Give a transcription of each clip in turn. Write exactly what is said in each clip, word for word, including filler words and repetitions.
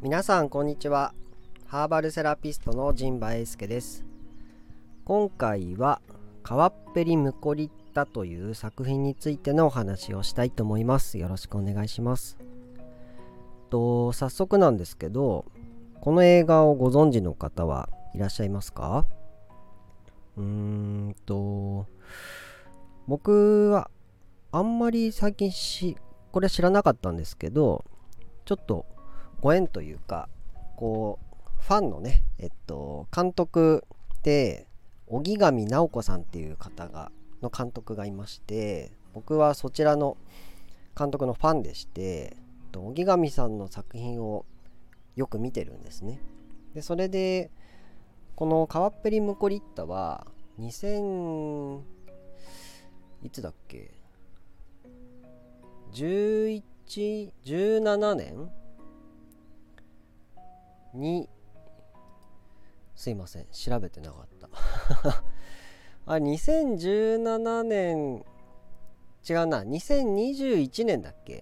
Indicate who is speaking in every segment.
Speaker 1: 皆さんこんにちは。ハーバルセラピストの陣馬英介です。今回はカワッペリムコリッタという作品についてのお話をしたいと思います。よろしくお願いします。と早速なんですけど、この映画をご存知の方はいらっしゃいますか？うーんと僕はあんまり最近しこれ知らなかったんですけど、ちょっとご縁というか、こうファンのね、えっと監督で荻上直子さんっていう方がの監督がいまして、僕はそちらの監督のファンでして、荻上さんの作品をよく見てるんですね。でそれでこのカワッペリムコリッタはにせんいつだっけじゅういち、じゅうななねんにすいません調べてなかったあにせんじゅうななねん違うなにせんにじゅういちねんだっけ。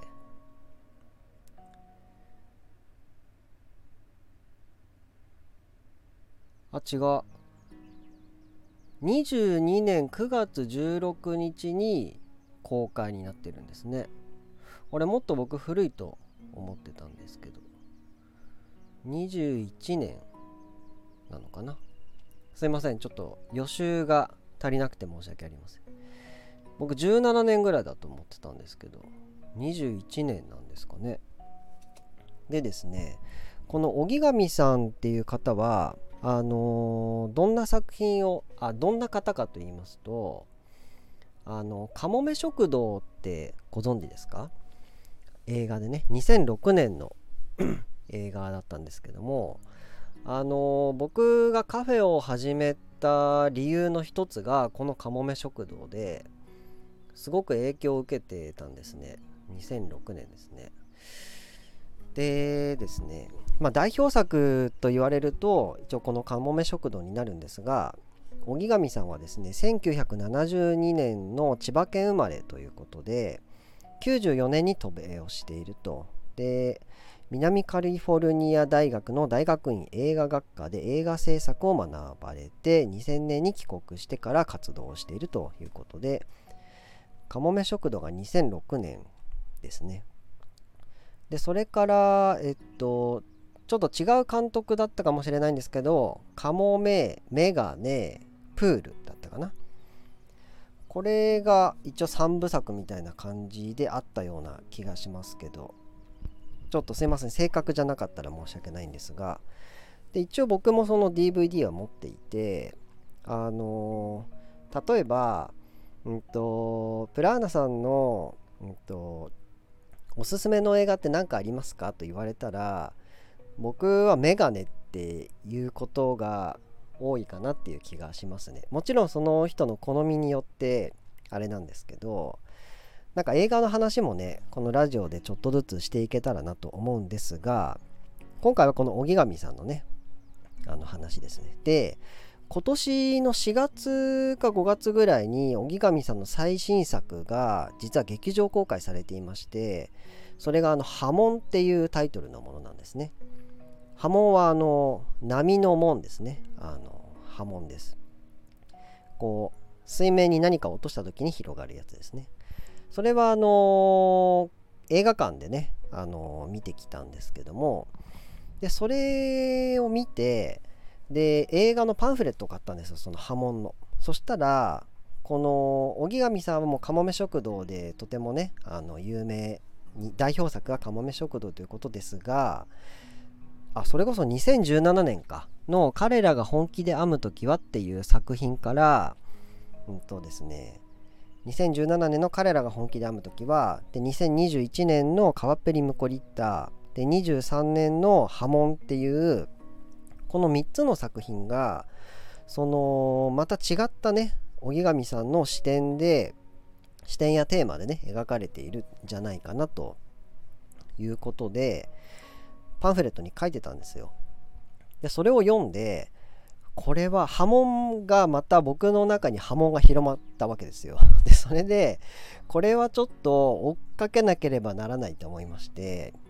Speaker 1: あ違うにじゅうにねんくがつじゅうろくにちに公開になってるんですね。俺もっと僕古いと思ってたんですけどにじゅういちねんなのかな。すいませんちょっと予習が足りなくて申し訳ありません。僕じゅうななねんぐらいだと思ってたんですけどにじゅういちねんなんですかね。でですね、この荻上さんっていう方はあのー、どんな作品をあどんな方かと言いますと、あのかもめ食堂ってご存知ですか？映画でねにせんろくねんの映画だったんですけども、あの僕がカフェを始めた理由の一つがこのかもめ食堂ですごく影響を受けてたんですね。にせんろくねんですね。でですね、まあ代表作と言われると一応このかもめ食堂になるんですが、荻上さんはですねせんきゅうひゃくななじゅうにねんの千葉県生まれということで、きゅうじゅうよねんに渡米をしていると。で南カリフォルニア大学の大学院映画学科で映画制作を学ばれて、にせんねんに帰国してから活動をしているということで、かもめ食堂がにせんろくねんですね。でそれからえっとちょっと違う監督だったかもしれないんですけど、かもめ、メガネ、プールだったかな。これが一応さんぶさくみたいな感じであったような気がしますけど、ちょっとすいません正確じゃなかったら申し訳ないんですが、で一応僕もその ディーブイディー は持っていて、あのー、例えば、うんと、プラーナさんの、うんと、おすすめの映画って何かありますかと言われたら、僕はメガネっていうことが多いかなっていう気がしますね。もちろんその人の好みによってあれなんですけど、なんか映画の話もねこのラジオでちょっとずつしていけたらなと思うんですが、今回はこの荻上さんのねあの話ですね。で今年のしがつかごがつぐらいに荻上さんの最新作が実は劇場公開されていまして、それがあの波紋っていうタイトルのものなんですね。波紋はあの波の門ですね。あの波紋です。こう水面に何か落とした時に広がるやつですね。それはあの映画館でね、あの見てきたんですけども、でそれを見て、で映画のパンフレットを買ったんですよ、その波紋の。そしたらこの荻上さんはもうかもめ食堂でとてもねあの有名に、代表作がかもめ食堂ということですが、あそれこそにせんじゅうななねんかの彼らが本気で編む時はっていう作品から、うんとですねにせんじゅうななねんの彼らが本気で編む時はで、にせんにじゅういちねんのカワッペリムコリッタで、にじゅうさんねんの波紋っていうこのみっつの作品がそのまた違ったね荻上さんの視点で視点やテーマでね描かれているんじゃないかなということでパンフレットに書いてたんですよ。でそれを読んで、これは波紋がまた僕の中に波紋が広まったわけですよ。でそれでこれはちょっと追っかけなければならないと思いまして、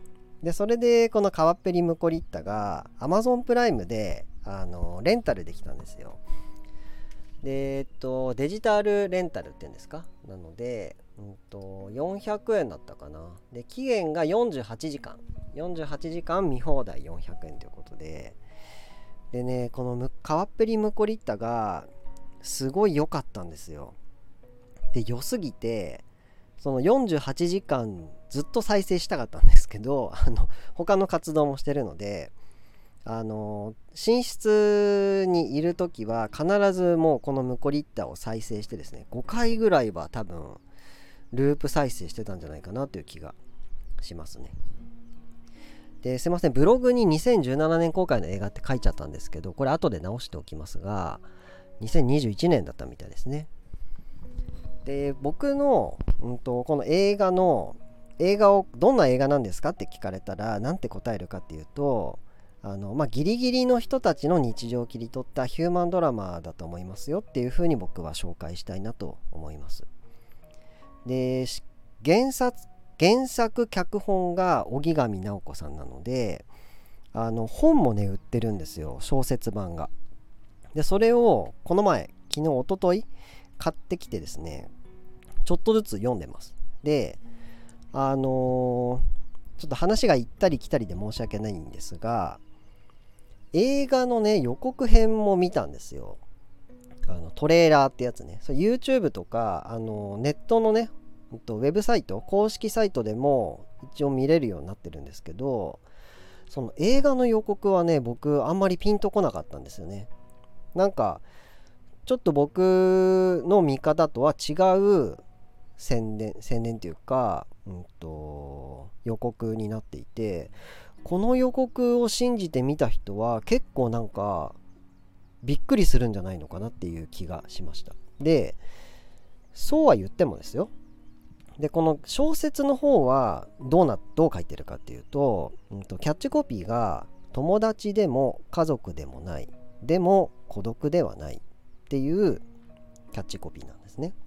Speaker 1: でそれでこのカワッペリムコリッタが Amazon プライムであのレンタルできたんですよ。でえっとデジタルレンタルっていうんですか、なので、うんと、よんひゃくえんだったかな。で期限がよんじゅうはちじかんよんじゅうはちじかん見放題よんひゃくえんということで、でねこのカワッペリムコリッタがすごい良かったんですよ。で良すぎてそのよんじゅうはちじかんずっと再生したかったんですけど、あの他の活動もしてるので、あの寝室にいるときは必ずもうこのムコリッタを再生してですね、ごかいぐらいは多分ループ再生してたんじゃないかなという気がしますね。ですいません、ブログににせんじゅうななねん公開の映画って書いちゃったんですけど、これ後で直しておきますがにせんにじゅういちねんだったみたいですね。で僕の、うんと、この映画の映画をどんな映画なんですかって聞かれたらなんて答えるかっていうと、あの、まあ、ギリギリの人たちの日常を切り取ったヒューマンドラマだと思いますよっていうふうに僕は紹介したいなと思います。で原作原作脚本が荻上直子さんなので、あの本もね売ってるんですよ、小説版が。でそれをこの前昨日一昨日買ってきてですね、ちょっとずつ読んでます。であのー、ちょっと話が行ったり来たりで申し訳ないんですが、映画のね予告編も見たんですよ。あのトレーラーってやつね。それ YouTube とかあのネットのねウェブサイト、公式サイトでも一応見れるようになってるんですけど、その映画の予告はね僕あんまりピンとこなかったんですよね。なんかちょっと僕の見方とは違う宣伝宣伝っていうか、うんと、予告になっていて、この予告を信じて見た人は結構なんかびっくりするんじゃないのかなっていう気がしました。でそうは言ってもですよ、でこの小説の方はどうなどう書いてるかっていうと、うんと、キャッチコピーが友達でも家族でもない、でも孤独ではないっていうキャッチコピーなんですね。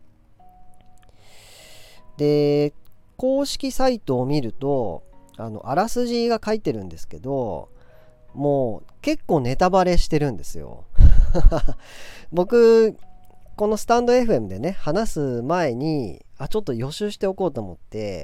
Speaker 1: で公式サイトを見るとあのあらすじが書いてるんですけど、もう結構ネタバレしてるんですよ僕このスタンド エフエム でね話す前にあちょっと予習しておこうと思って、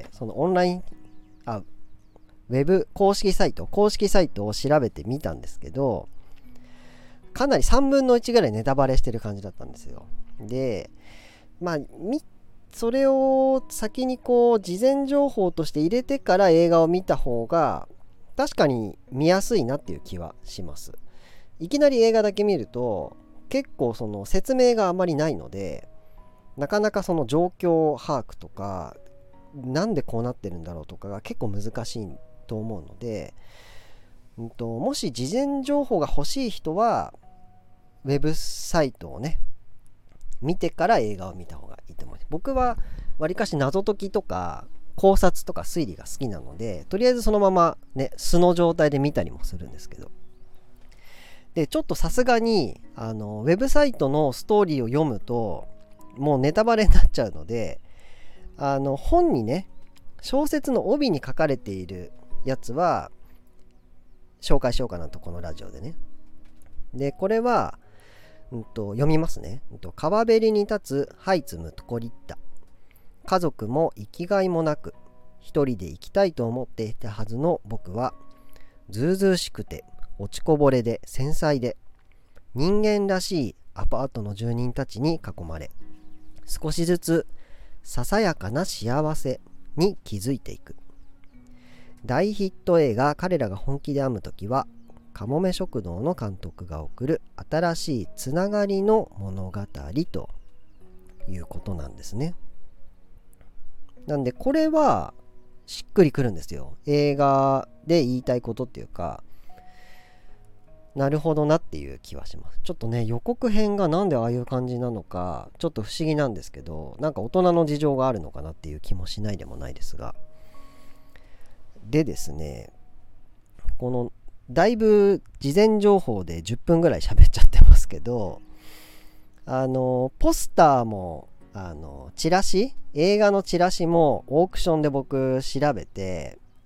Speaker 1: そのオンラインあウェブ公式サイト公式サイトを調べてみたんですけど、かなりさんぶんのいちぐらいネタバレしてる感じだったんですよ。でまあみそれを先にこう事前情報として入れてから映画を見た方が確かに見やすいなっていう気はします。いきなり映画だけ見ると結構その説明があまりないので、なかなかその状況把握とかなんでこうなってるんだろうとかが結構難しいと思うので、うんと、もし事前情報が欲しい人はウェブサイトをね見てから映画を見た方がいいと思います。僕はわりかし謎解きとか考察とか推理が好きなので、とりあえずそのままね素の状態で見たりもするんですけど、でちょっとさすがにあのウェブサイトのストーリーを読むともうネタバレになっちゃうので、あの本にね小説の帯に書かれているやつは紹介しようかなと、このラジオでね。でこれはうんと読みますね。うんと川べりに立つハイツムトコリッタ。家族も生きがいもなく一人で生きたいと思っていたはずの僕は、ずうずうしくて落ちこぼれで繊細で人間らしいアパートの住人たちに囲まれ、少しずつささやかな幸せに気づいていく。大ヒット映画彼らが本気で編むときは、かもめ食堂の監督が送る新しいつながりの物語ということなんですね。なんでこれはしっくりくるんですよ。映画で言いたいことっていうか、なるほどなっていう気はします。ちょっとね予告編がなんでああいう感じなのかちょっと不思議なんですけど、なんか大人の事情があるのかなっていう気もしないでもないですが、でですね、このだいぶ事前情報でじゅっぷんぐらい喋っちゃってますけど、あのポスターもあのチラシ映画のチラシもオークションで僕調べて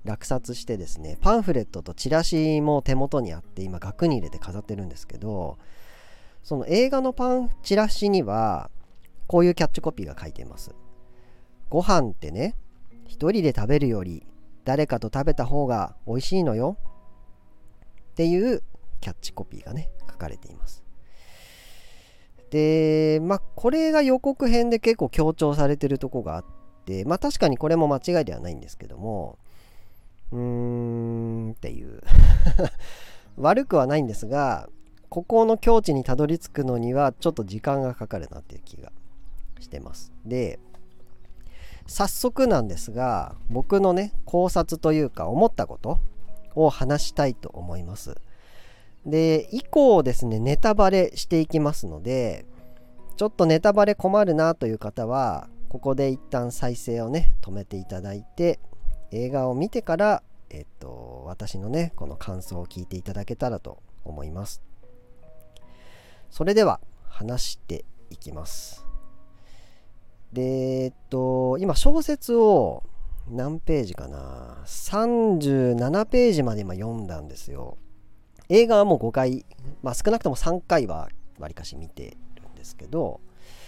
Speaker 1: 落札してですね、パンフレットとチラシも手元にあって、今額に入れて飾ってるんですけど、その映画のパンチラシにはこういうキャッチコピーが書いています。ご飯ってね、一人で食べるより誰かと食べた方が美味しいのよっていうキャッチコピーがね書かれています。で、まあこれが予告編で結構強調されてるとこがあって、まあ確かにこれも間違いではないんですけども、うーんっていう悪くはないんですが、ここの境地にたどり着くのにはちょっと時間がかかるなっていう気がしてます。で、早速なんですが、僕のね考察というか思ったことを話したいと思います。で、以降ですねネタバレしていきますので、ちょっとネタバレ困るなという方はここで一旦再生をね止めていただいて、映画を見てからえっと私のねこの感想を聞いていただけたらと思います。それでは話していきます。で、えっと今小説を何ページかな、さんじゅうななページまで今読んだんですよ。映画はもうごかい、まあ少なくともさんかいはわりかし見てるんですけど、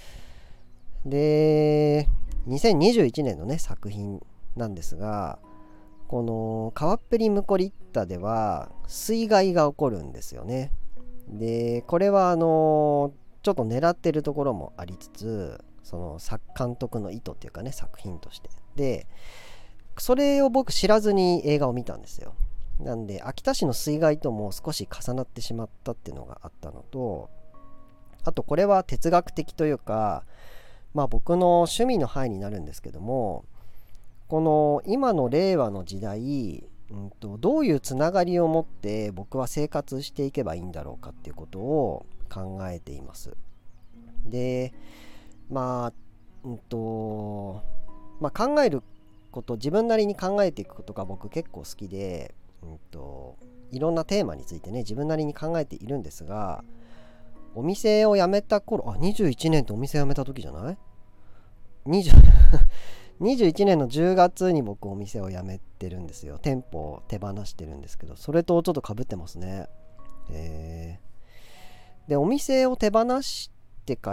Speaker 1: でにせんにじゅういちねんのね作品なんですが、この川っぺりムコリッタでは水害が起こるんですよね。でこれはあのちょっと狙ってるところもありつつ、その作監督の意図っていうかね作品としてで、それを僕知らずに映画を見たんですよ。なんで秋田市の水害とも少し重なってしまったっていうのがあったのと、あとこれは哲学的というか、まあ僕の趣味の範囲になるんですけども、この今の令和の時代、うんと、どういうつながりを持って僕は生活していけばいいんだろうかっていうことを考えています。で、まあ、うんと、まあ、考えること、自分なりに考えていくことが僕結構好きで、うんと、いろんなテーマについてね自分なりに考えているんですが、お店を辞めた頃、あ、にじゅういちねんってお店辞めた時じゃない？ にじゅう にじゅういちねんのじゅうがつに僕お店を辞めてるんですよ。店舗を手放してるんですけど、それとちょっと被ってますね。えー、でお店を手放してから、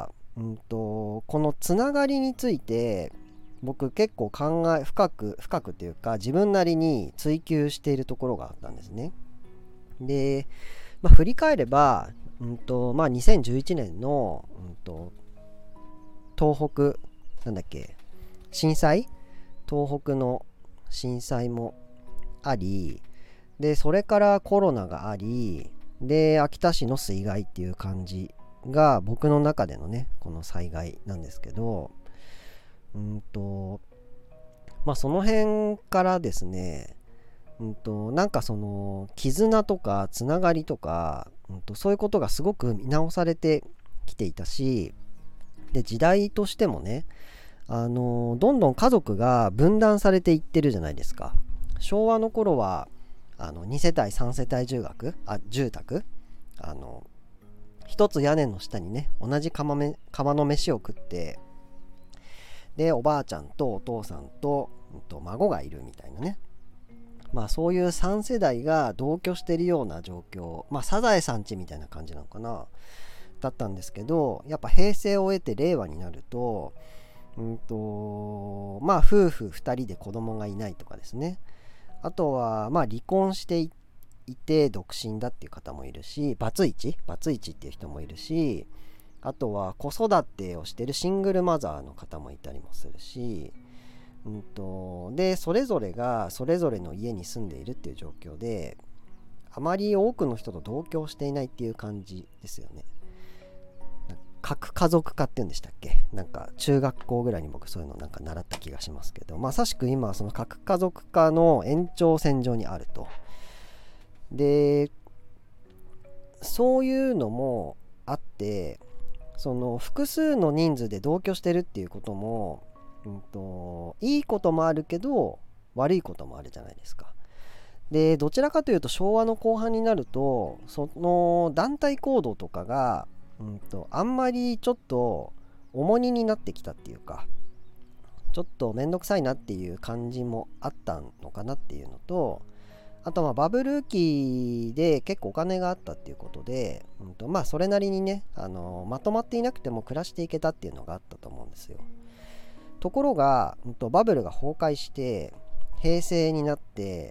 Speaker 1: うんと、このつながりについて僕結構考え深く深くっていうか自分なりに追求しているところがあったんですね。で、まあ、振り返れば、うんとまあ、にせんじゅういちねんの、うんと、東北なんだっけ震災東北の震災もあり、でそれからコロナがあり、で秋田市の水害っていう感じが僕の中でのねこの災害なんですけど、うんとまあその辺からですね、うんとなんかその絆とかつながりとか、うんとそういうことがすごく見直されてきていたし、で時代としてもね、あのどんどん家族が分断されていってるじゃないですか。昭和の頃はあのに世帯さん世帯住宅あ住宅あの一つ屋根の下にね同じ釜め釜の飯を食って、でおばあちゃんとお父さんと、うん、と孫がいるみたいなね、まあそういうさん世代が同居してるような状況、まあサザエさん家みたいな感じなのかなだったんですけど、やっぱ平成を経て令和になると、うんとまあ夫婦ふたりで子供がいないとかですね、あとはまあ離婚していて独身だっていう方もいるし、バツイチバツイチっていう人もいるし、あとは子育てをしてるシングルマザーの方もいたりもするし、うんとでそれぞれがそれぞれの家に住んでいるっていう状況で、あまり多くの人と同居していないっていう感じですよね。核家族化っていうんでしたっけ、なんか中学校ぐらいに僕そういうのなんか習った気がしますけど、まさしく今はその核家族化の延長線上にあると。でそういうのもあって、その複数の人数で同居してるっていうことも、うんと、いいこともあるけど悪いこともあるじゃないですか。でどちらかというと昭和の後半になると、その団体行動とかが、うんと、あんまりちょっと重荷になってきたっていうか、 ちょっとめんどくさいなっていう感じもあったのかなっていうのと、あとまあバブル期で結構お金があったっていうことで、うんとまあそれなりにね、あのまとまっていなくても暮らしていけたっていうのがあったと思うんですよ。ところが、うんとバブルが崩壊して平成になって、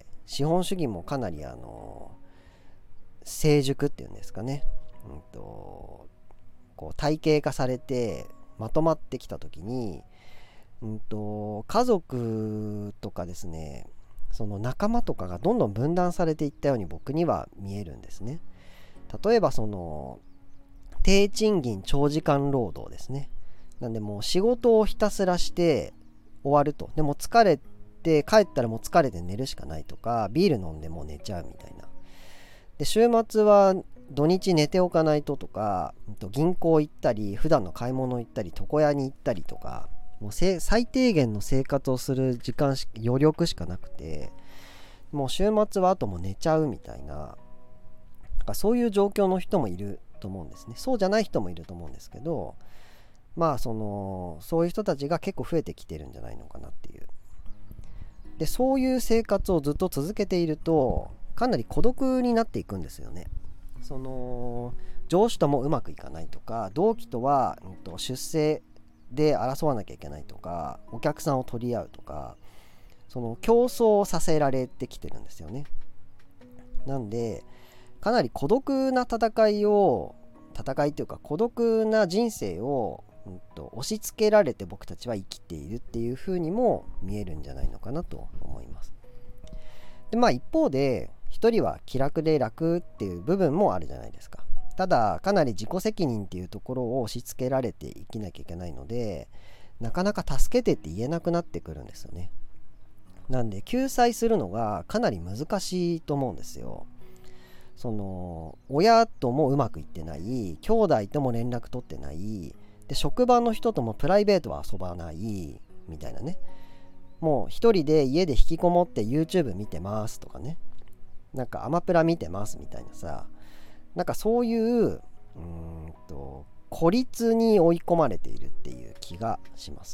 Speaker 1: 資本主義もかなりあの成熟っていうんですかね、うんとこう体系化されてまとまってきた時に、うんと家族とかですね、その仲間とかがどんどん分断されていったように僕には見えるんですね。例えばその低賃金長時間労働ですね。なんでもう仕事をひたすらして終わると。でも疲れて帰ったらもう疲れて寝るしかないとか、ビール飲んでもう寝ちゃうみたいな。で週末は土日寝ておかないととか、銀行行ったり普段の買い物行ったり床屋に行ったりとか、もう最低限の生活をする時間し余力しかなくて、もう週末はあともう寝ちゃうみたいな、なんかそういう状況の人もいると思うんですね。そうじゃない人もいると思うんですけど、まあそのそういう人たちが結構増えてきてるんじゃないのかなっていう。でそういう生活をずっと続けているとかなり孤独になっていくんですよね。その上司ともうまくいかないとか、同期とは、うん、と出世で争わなきゃいけないとか、お客さんを取り合うとか、その競争をさせられてきてるんですよね。なんでかなり孤独な戦いを戦いというか孤独な人生を、うんと、押し付けられて僕たちは生きているっていう風にも見えるんじゃないのかなと思います。でまあ一方で一人は気楽で楽っていう部分もあるじゃないですか。ただかなり自己責任っていうところを押し付けられて生きなきゃいけないので、なかなか助けてって言えなくなってくるんですよね。なんで救済するのがかなり難しいと思うんですよ。その親ともうまくいってない、兄弟とも連絡取ってない、で職場の人ともプライベートは遊ばないみたいなね。もう一人で家で引きこもって YouTube 見てますとかね、なんかアマプラ見てますみたいなさ、なんかそういう、うーんと孤立に追い込まれているっていう気がします。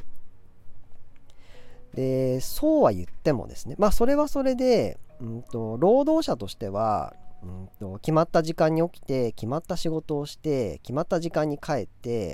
Speaker 1: でそうは言ってもですね、まあそれはそれで、うんと労働者としては、うんと決まった時間に起きて決まった仕事をして決まった時間に帰って、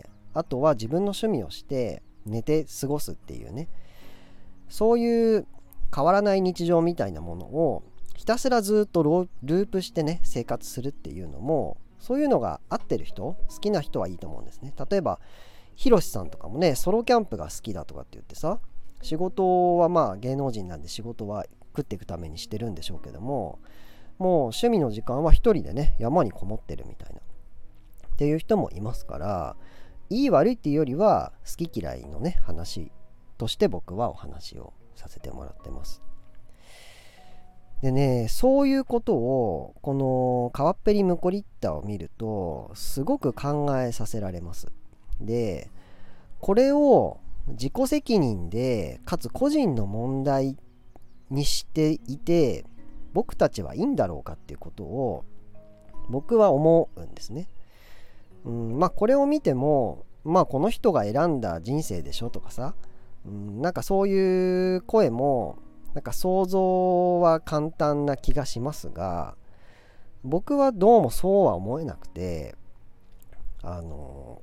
Speaker 1: あとは自分の趣味をして寝て過ごすっていうね、そういう変わらない日常みたいなものをひたすらずっとループしてね生活するっていうのも、そういうのが合ってる人、好きな人はいいと思うんですね。例えばヒロシさんとかもね、ソロキャンプが好きだとかって言ってさ、仕事はまあ芸能人なんで仕事は食っていくためにしてるんでしょうけども、もう趣味の時間は一人でね山にこもってるみたいなっていう人もいますから、いい悪いっていうよりは好き嫌いのね話として僕はお話をさせてもらってます。でね、そういうことをこの川っぺりムコリッタを見るとすごく考えさせられます。でこれを自己責任でかつ個人の問題にしていて僕たちはいいんだろうかっていうことを僕は思うんですね。うん、まあこれを見てもまあこの人が選んだ人生でしょとかさ、うん、なんかそういう声もなんか想像は簡単な気がしますが、僕はどうもそうは思えなくて、あの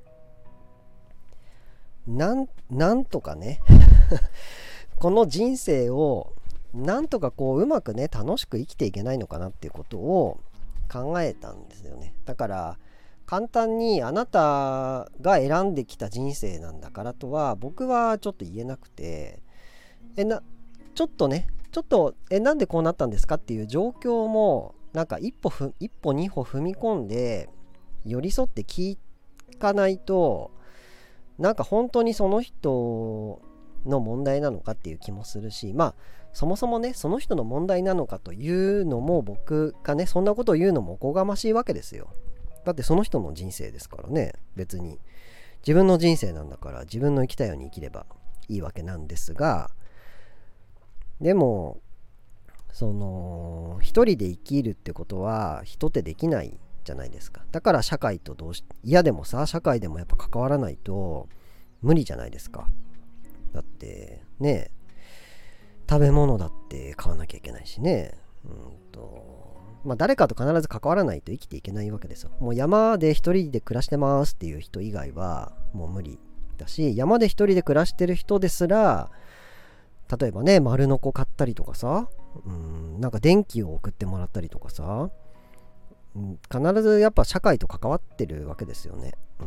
Speaker 1: なんなんとかねこの人生をなんとかこううまくね楽しく生きていけないのかなっていうことを考えたんですよね。だから簡単にあなたが選んできた人生なんだからとは僕はちょっと言えなくて、えなちょっとねちょっとえなんでこうなったんですかっていう状況もなんか一歩ふ一歩二歩踏み込んで寄り添って聞かないと、なんか本当にその人の問題なのかっていう気もするし、まあそもそもねその人の問題なのかというのも僕がねそんなことを言うのもおこがましいわけですよ。だってその人の人生ですからね。別に自分の人生なんだから自分の生きたように生きればいいわけなんですが、でもその一人で生きるってことは人ってできないじゃないですか。だから社会とどうし嫌でもさ社会でもやっぱ関わらないと無理じゃないですか。 だってね、食べ物だって買わなきゃいけないしね。うんとまあ誰かと必ず関わらないと生きていけないわけですよ。もう山で一人で暮らしてますっていう人以外はもう無理だし、山で一人で暮らしてる人ですら、例えばね丸のこ買ったりとかさ、うんなんか電気を送ってもらったりとかさ、うん、必ずやっぱ社会と関わってるわけですよね。うん、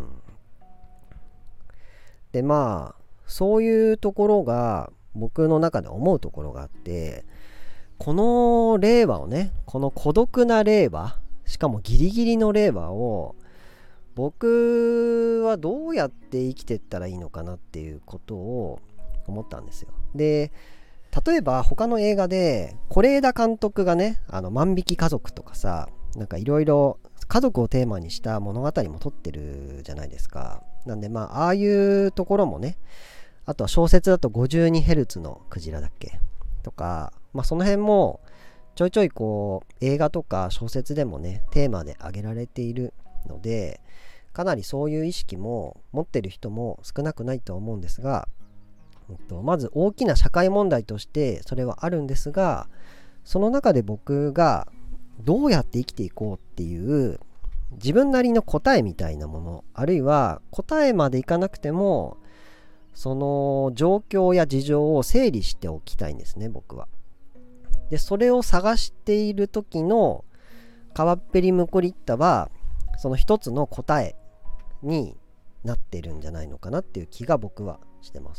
Speaker 1: でまあそういうところが僕の中で思うところがあって、この令和をね、この孤独な令和、しかもギリギリの令和を僕はどうやって生きてったらいいのかなっていうことを思ったんですよ。で、例えば他の映画で是枝監督がね、あの万引き家族とかさ、なんかいろいろ家族をテーマにした物語も撮ってるじゃないですか。なんでまあああいうところもね、あとは小説だと ごじゅうにヘルツ のクジラだっけとか、まあその辺もちょいちょいこう映画とか小説でもねテーマで挙げられているので、かなりそういう意識も持ってる人も少なくないとは思うんですが、まず大きな社会問題としてそれはあるんですが、その中で僕がどうやって生きていこうっていう自分なりの答えみたいなもの、あるいは答えまでいかなくてもその状況や事情を整理しておきたいんですね、僕は。でそれを探している時の川っぺりムコリッタはその一つの答えになってるんじゃないのかなっていう気が僕はしてます。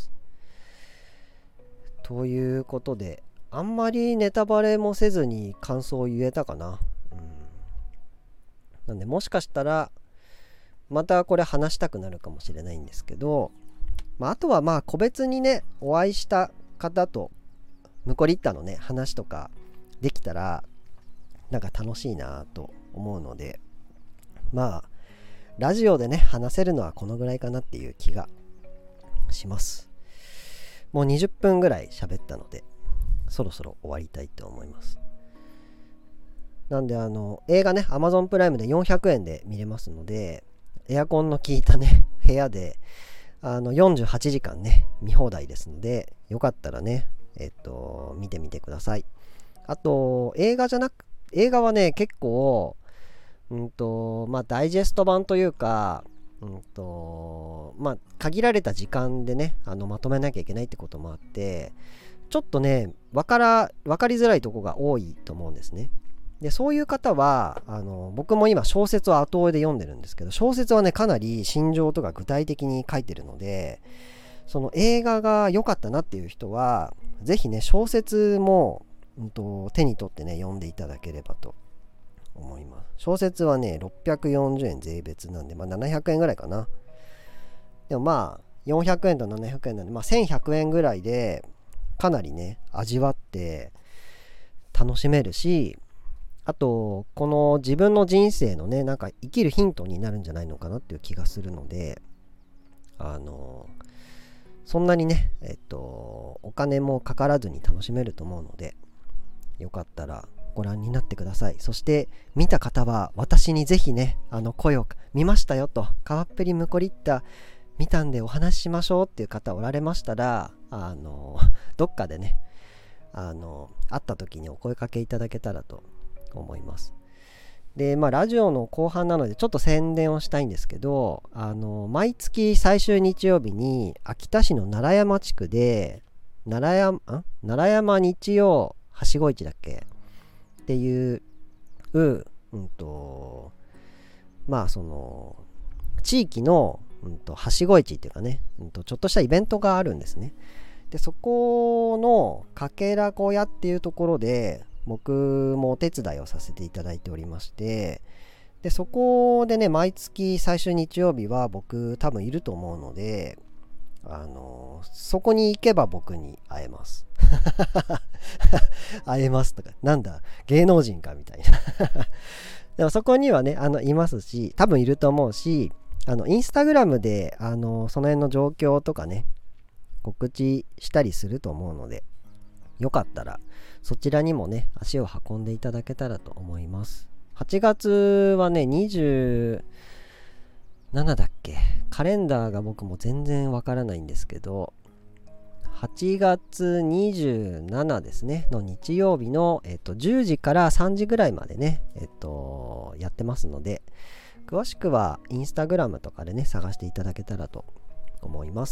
Speaker 1: ということで、あんまりネタバレもせずに感想を言えたかな。うん、なんでもしかしたらまたこれ話したくなるかもしれないんですけど、まあ、あとはまあ個別にねお会いした方とムコリッタのね話とかできたらなんか楽しいなと思うので、まあラジオでね話せるのはこのぐらいかなっていう気がします。もうにじゅっぷんぐらい喋ったのでそろそろ終わりたいと思います。なんであの映画ね Amazon プライムでよんひゃくえんで見れますので、エアコンの効いたね部屋であのよんじゅうはちじかんね見放題ですので、よかったらねえっと見てみてください。あと映画じゃなく映画はね結構うんとまあダイジェスト版というか、うんとまあ限られた時間でねあのまとめなきゃいけないってこともあって、ちょっとねわから分かりづらいとこが多いと思うんですね。でそういう方はあの僕も今小説を後追いで読んでるんですけど、小説はねかなり心情とか具体的に書いてるので、その映画が良かったなっていう人はぜひね小説も、うん、と手に取ってね読んでいただければと思います。小説はねろっぴゃくよんじゅうえん税別なんで、まあ、ななひゃくえんぐらいかな。でもまあよんひゃくえんとななひゃくえんなんで、まあ、せんひゃくえんぐらいでかなりね味わって楽しめるし、あとこの自分の人生のねなんか生きるヒントになるんじゃないのかなっていう気がするので、あのそんなにねえっとお金もかからずに楽しめると思うので、よかったらご覧になってください。そして見た方は私にぜひねあの声を見ましたよと、川っぺりムコリッタ見たんでお話ししましょうっていう方おられましたら、あのどっかでねあの会った時にお声かけいただけたらと思います。でまあラジオの後半なのでちょっと宣伝をしたいんですけど、あの毎月最終日曜日に秋田市の奈良山地区で奈良山ん奈良山日曜はしご市だっけっていう、うんとまあその地域の、うんと、はしご市っていうかね、うんと、ちょっとしたイベントがあるんですね。でそこのかけら小屋っていうところで僕もお手伝いをさせていただいておりまして、でそこでね毎月最終日曜日は僕多分いると思うので、あのそこに行けば僕に会えます会えますとか、なんだ芸能人かみたいなでもそこにはねあのいますし、多分いると思うし、あのインスタグラムであのその辺の状況とかね告知したりすると思うので、よかったらそちらにもね足を運んでいただけたらと思います。はちがつはねにじゅうななだっけ、カレンダーが僕も全然わからないんですけど、 はちがつにじゅうしちにちですねの日曜日の、えっと、じゅうじからさんじぐらいまでね、えっと、やってますので、詳しくはインスタグラムとかでね探していただけたらと思います。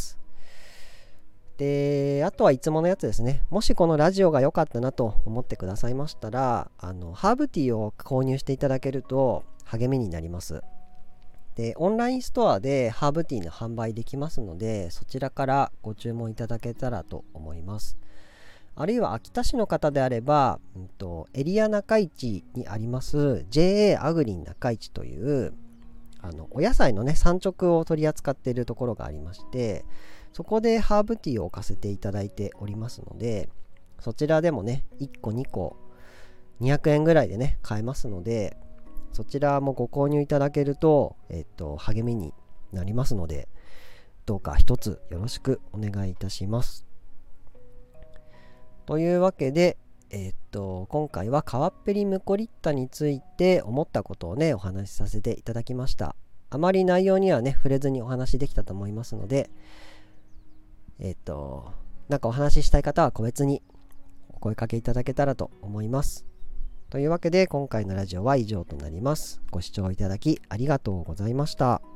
Speaker 1: で、あとはいつものやつですね。もしこのラジオが良かったなと思ってくださいましたら、あのハーブティーを購入していただけると励みになります。で、オンラインストアでハーブティーの販売できますので、そちらからご注文いただけたらと思います。あるいは秋田市の方であれば、うんと、エリア中市にあります ジェーエー アグリン中市というあのお野菜のね産直を取り扱っているところがありまして、そこでハーブティーを置かせていただいておりますので、そちらでもねいっこにこにひゃくえんぐらいでね買えますので、そちらもご購入いただけると、えっと、励みになりますので、どうか一つよろしくお願いいたします。というわけで、えっと、今回はカワッペリムコリッタについて思ったことをね、お話しさせていただきました。あまり内容にはね、触れずにお話できたと思いますので、えっと、なんかお話ししたい方は個別にお声かけいただけたらと思います。というわけで今回のラジオは以上となります。ご視聴いただきありがとうございました。